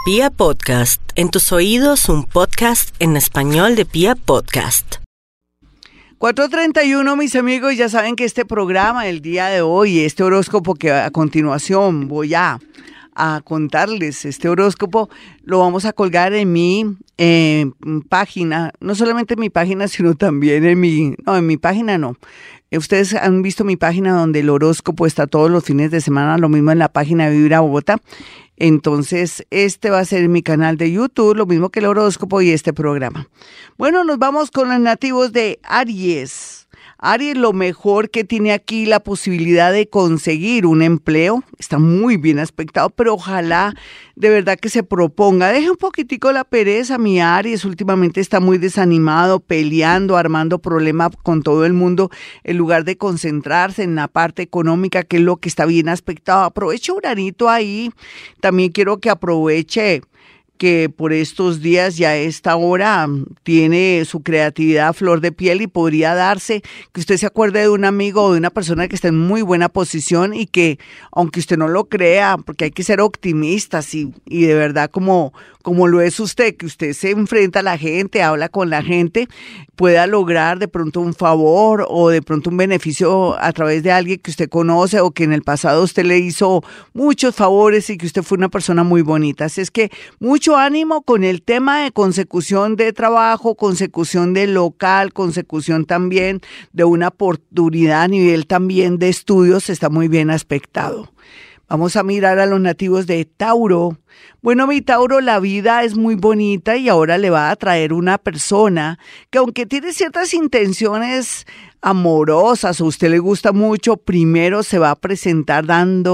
Pia Podcast, en tus oídos un podcast en español de Pia Podcast. 4:31, mis amigos, ya saben que este programa el día de hoy, este horóscopo que a continuación voy a contarles, este horóscopo lo vamos a colgar en mi página, no solamente en mi página, sino también en mi página no. Ustedes han visto mi página donde el horóscopo está todos los fines de semana, lo mismo en la página de Vibra Bogotá. Entonces, este va a ser mi canal de YouTube, lo mismo que el horóscopo y este programa. Bueno, nos vamos con los nativos de Aries. Aries, lo mejor que tiene aquí la posibilidad de conseguir un empleo, está muy bien aspectado, pero ojalá de verdad que se proponga. Deje un poquitico la pereza, mi Aries, últimamente está muy desanimado, peleando, armando problemas con todo el mundo, en lugar de concentrarse en la parte económica, que es lo que está bien aspectado. Aproveche Uranito ahí, también quiero que aproveche que por estos días y a esta hora tiene su creatividad a flor de piel y podría darse que usted se acuerde de un amigo o de una persona que está en muy buena posición y que, aunque usted no lo crea, porque hay que ser optimistas y de verdad como lo es usted, que usted se enfrenta a la gente, habla con la gente, pueda lograr de pronto un favor o de pronto un beneficio a través de alguien que usted conoce o que en el pasado usted le hizo muchos favores y que usted fue una persona muy bonita. Así es que mucho ánimo con el tema de consecución de trabajo, consecución de local, consecución también de una oportunidad a nivel también de estudios, está muy bien aspectado. Vamos a mirar a los nativos de Tauro. Bueno, mi Tauro, la vida es muy bonita y ahora le va a traer una persona que, aunque tiene ciertas intenciones amorosas o a usted le gusta mucho, primero se va a presentar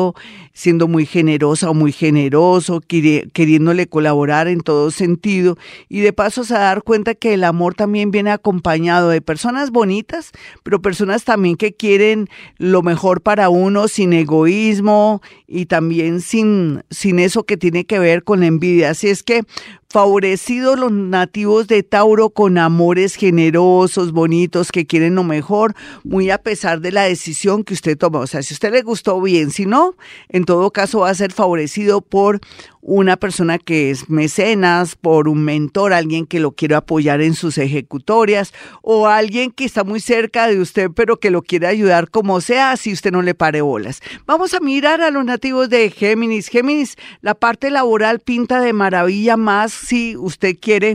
siendo muy generosa o muy generoso, queriéndole colaborar en todo sentido, y de paso se va a dar cuenta que el amor también viene acompañado de personas bonitas, pero personas también que quieren lo mejor para uno sin egoísmo y también sin eso que tiene que ver con la envidia. Así es que favorecidos los nativos de Tauro con amores generosos, bonitos, que quieren lo mejor, muy a pesar de la decisión que usted toma. O sea, si a usted le gustó, bien, si no, en todo caso va a ser favorecido por una persona que es mecenas, por un mentor, alguien que lo quiere apoyar en sus ejecutorias o alguien que está muy cerca de usted pero que lo quiere ayudar como sea, si usted no le pare bolas. Vamos a mirar a los nativos de Géminis. Géminis, la parte laboral pinta de maravilla, más si usted quiere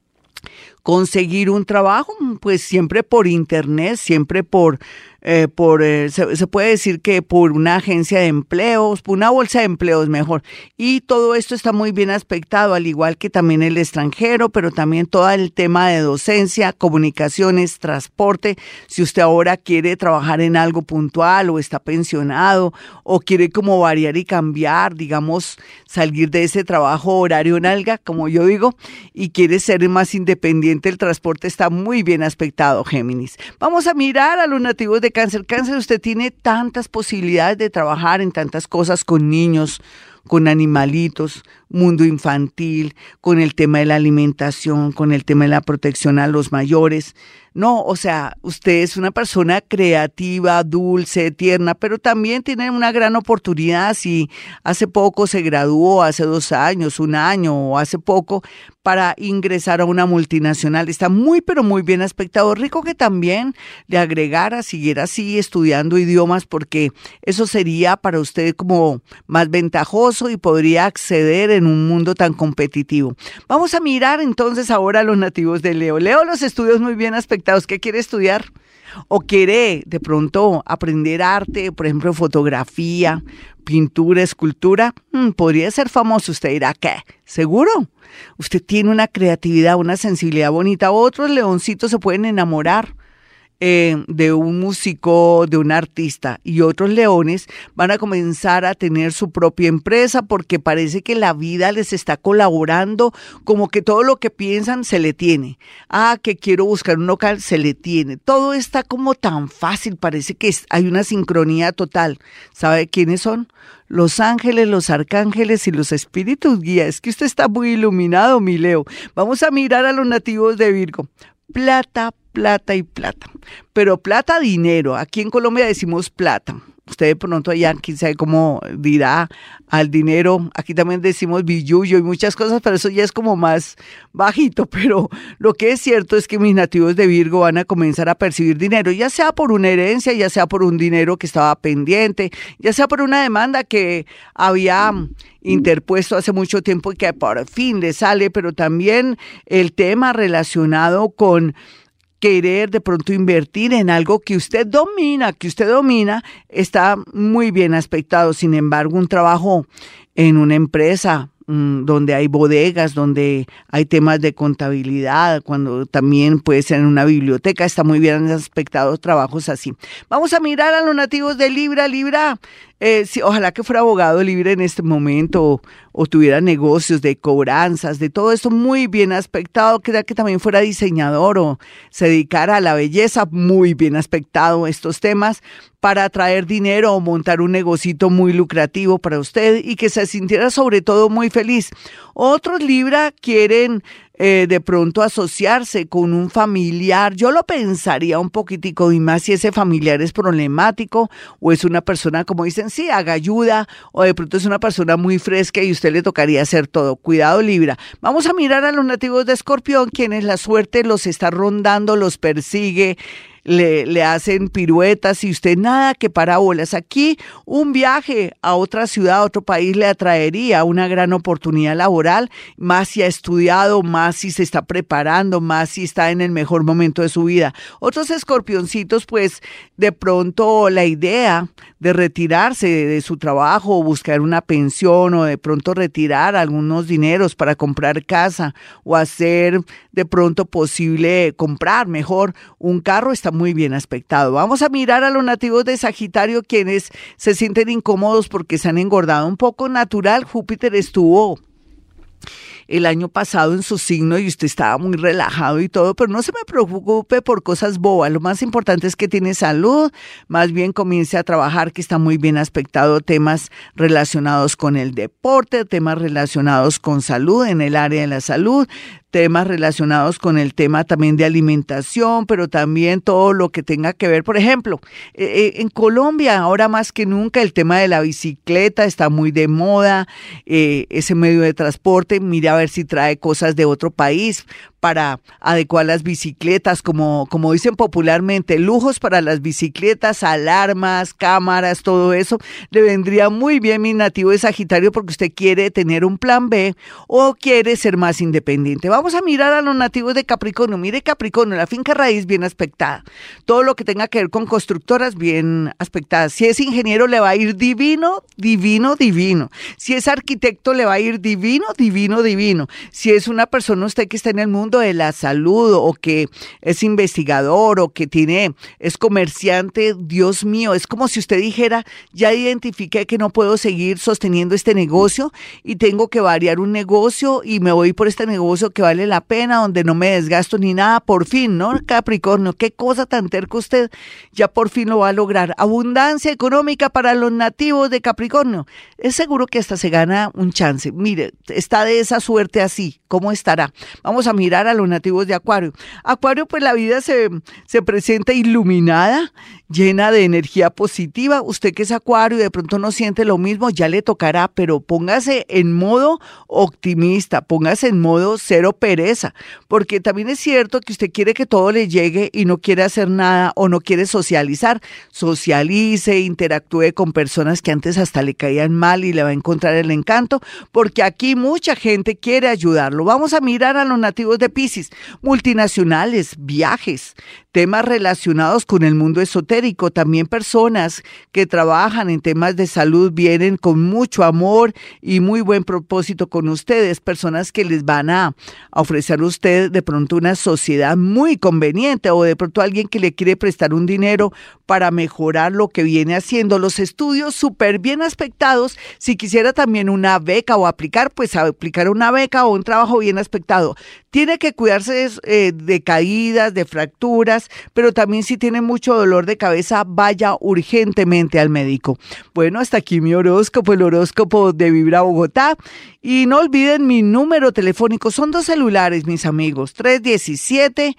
conseguir un trabajo, pues siempre por internet, siempre se puede decir que por una agencia de empleos, por una bolsa de empleos mejor. Y todo esto está muy bien aspectado, al igual que también el extranjero, pero también todo el tema de docencia, comunicaciones, transporte. Si usted ahora quiere trabajar en algo puntual o está pensionado o quiere como variar y cambiar, digamos, salir de ese trabajo horario nalga, como yo digo, y quiere ser más independiente, el transporte está muy bien aspectado, Géminis. Vamos a mirar a los nativos de Cáncer. Cáncer, usted tiene tantas posibilidades de trabajar en tantas cosas con niños, con animalitos, mundo infantil, con el tema de la alimentación, con el tema de la protección a los mayores. No, o sea, usted es una persona creativa, dulce, tierna, pero también tiene una gran oportunidad. Si hace poco se graduó, hace 2 años, 1 año o hace poco, para ingresar a una multinacional. Está muy, pero muy bien aspectado. Rico que también le agregara, siguiera así estudiando idiomas, porque eso sería para usted como más ventajoso y podría acceder en un mundo tan competitivo. Vamos a mirar entonces ahora a los nativos de Leo. Leo, los estudios muy bien aspectados. ¿Qué quiere estudiar? ¿O quiere de pronto aprender arte, por ejemplo, fotografía, pintura, escultura? Podría ser famoso. Usted dirá, ¿qué? ¿Seguro? Usted tiene una creatividad, una sensibilidad bonita. Otros leoncitos se pueden enamorar de un músico, de un artista, y otros leones van a comenzar a tener su propia empresa porque parece que la vida les está colaborando, como que todo lo que piensan se le tiene. Que quiero buscar un local, se le tiene. Todo está como tan fácil, parece que hay una sincronía total. ¿Sabe quiénes son? Los ángeles, los arcángeles y los espíritus guía. Es que usted está muy iluminado, mi Leo. Vamos a mirar a los nativos de Virgo. Plata, plata y plata. Pero plata, dinero. Aquí en Colombia decimos plata. Usted de pronto allá, quién sabe cómo dirá al dinero. Aquí también decimos billuyo y muchas cosas, pero eso ya es como más bajito. Pero lo que es cierto es que mis nativos de Virgo van a comenzar a percibir dinero, ya sea por una herencia, ya sea por un dinero que estaba pendiente, ya sea por una demanda que había interpuesto hace mucho tiempo y que por fin le sale, pero también el tema relacionado con querer de pronto invertir en algo que usted domina, está muy bien aspectado. Sin embargo, un trabajo en una empresa donde hay bodegas, donde hay temas de contabilidad, cuando también puede ser en una biblioteca, está muy bien aspectado trabajos así. Vamos a mirar a los nativos de Libra. Sí, ojalá que fuera abogado Libra en este momento o tuviera negocios de cobranzas, de todo esto muy bien aspectado, que también fuera diseñador o se dedicara a la belleza, muy bien aspectado estos temas para atraer dinero o montar un negocito muy lucrativo para usted y que se sintiera sobre todo muy feliz. Otros Libra quieren de pronto asociarse con un familiar. Yo lo pensaría un poquitico, y más si ese familiar es problemático o es una persona, como dicen, sí, haga ayuda, o de pronto es una persona muy fresca y usted le tocaría hacer todo. Cuidado, Libra. Vamos a mirar a los nativos de Escorpión, quienes la suerte los está rondando, los persigue, le hacen piruetas y usted nada que parábolas. Aquí un viaje a otra ciudad, a otro país le atraería una gran oportunidad laboral, más si ha estudiado, más si se está preparando, más si está en el mejor momento de su vida. Otros escorpioncitos, pues de pronto la idea de retirarse de su trabajo o buscar una pensión o de pronto retirar algunos dineros para comprar casa o hacer de pronto posible comprar mejor un carro está muy bien aspectado. Vamos a mirar a los nativos de Sagitario, quienes se sienten incómodos porque se han engordado un poco. Natural, Júpiter estuvo el año pasado en su signo y usted estaba muy relajado y todo, pero no se me preocupe por cosas bobas. Lo más importante es que tiene salud, más bien comience a trabajar, que está muy bien aspectado, temas relacionados con el deporte, temas relacionados con salud, en el área de la salud, temas relacionados con el tema también de alimentación, pero también todo lo que tenga que ver, por ejemplo, en Colombia ahora más que nunca el tema de la bicicleta está muy de moda, ese medio de transporte, mire a ver si trae cosas de otro país para adecuar las bicicletas, como dicen popularmente, lujos para las bicicletas, alarmas, cámaras, todo eso, le vendría muy bien mi nativo de Sagitario porque usted quiere tener un plan B o quiere ser más independiente. Vamos a mirar a los nativos de Capricornio. Mire Capricornio, la finca raíz bien aspectada, todo lo que tenga que ver con constructoras bien aspectadas. Si es ingeniero le va a ir divino, divino, divino. Si es arquitecto le va a ir divino, divino, divino. Si es una persona usted que está en el mundo de la salud o que es investigador o que es comerciante, Dios mío, es como si usted dijera, ya identifiqué que no puedo seguir sosteniendo este negocio y tengo que variar un negocio y me voy por este negocio que vale la pena, donde no me desgasto ni nada, por fin, ¿no? Capricornio, qué cosa tan terca usted, ya por fin lo va a lograr. Abundancia económica para los nativos de Capricornio, es seguro que hasta se gana un chance. Mire, está de esa suerte así, ¿cómo estará? Vamos a mirar a los nativos de Acuario. Acuario, pues la vida se presenta iluminada, llena de energía positiva. Usted que es Acuario y de pronto no siente lo mismo, ya le tocará, pero póngase en modo optimista, póngase en modo cero pereza, porque también es cierto que usted quiere que todo le llegue y no quiere hacer nada o no quiere socializar. Socialice, interactúe con personas que antes hasta le caían mal y le va a encontrar el encanto, porque aquí mucha gente quiere ayudarlo. Vamos a mirar a los nativos de Piscis, multinacionales, viajes, temas relacionados con el mundo esotérico, también personas que trabajan en temas de salud vienen con mucho amor y muy buen propósito con ustedes, personas que les van a ofrecer a usted de pronto una sociedad muy conveniente o de pronto alguien que le quiere prestar un dinero para mejorar lo que viene haciendo. Los estudios súper bien aspectados, si quisiera también una beca o aplicar, pues aplicar una beca o un trabajo bien aspectado. Tiene que cuidarse de caídas, de fracturas, pero también si tiene mucho dolor de cabeza, vaya urgentemente al médico. Bueno, hasta aquí mi horóscopo, el horóscopo de Vibra Bogotá. Y no olviden mi número telefónico, son 2 celulares, mis amigos, 317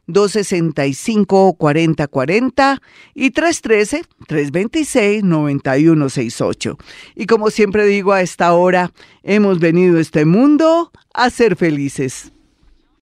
265-4040 y 313-326-9168. Y como siempre digo, a esta hora hemos venido a este mundo a ser felices.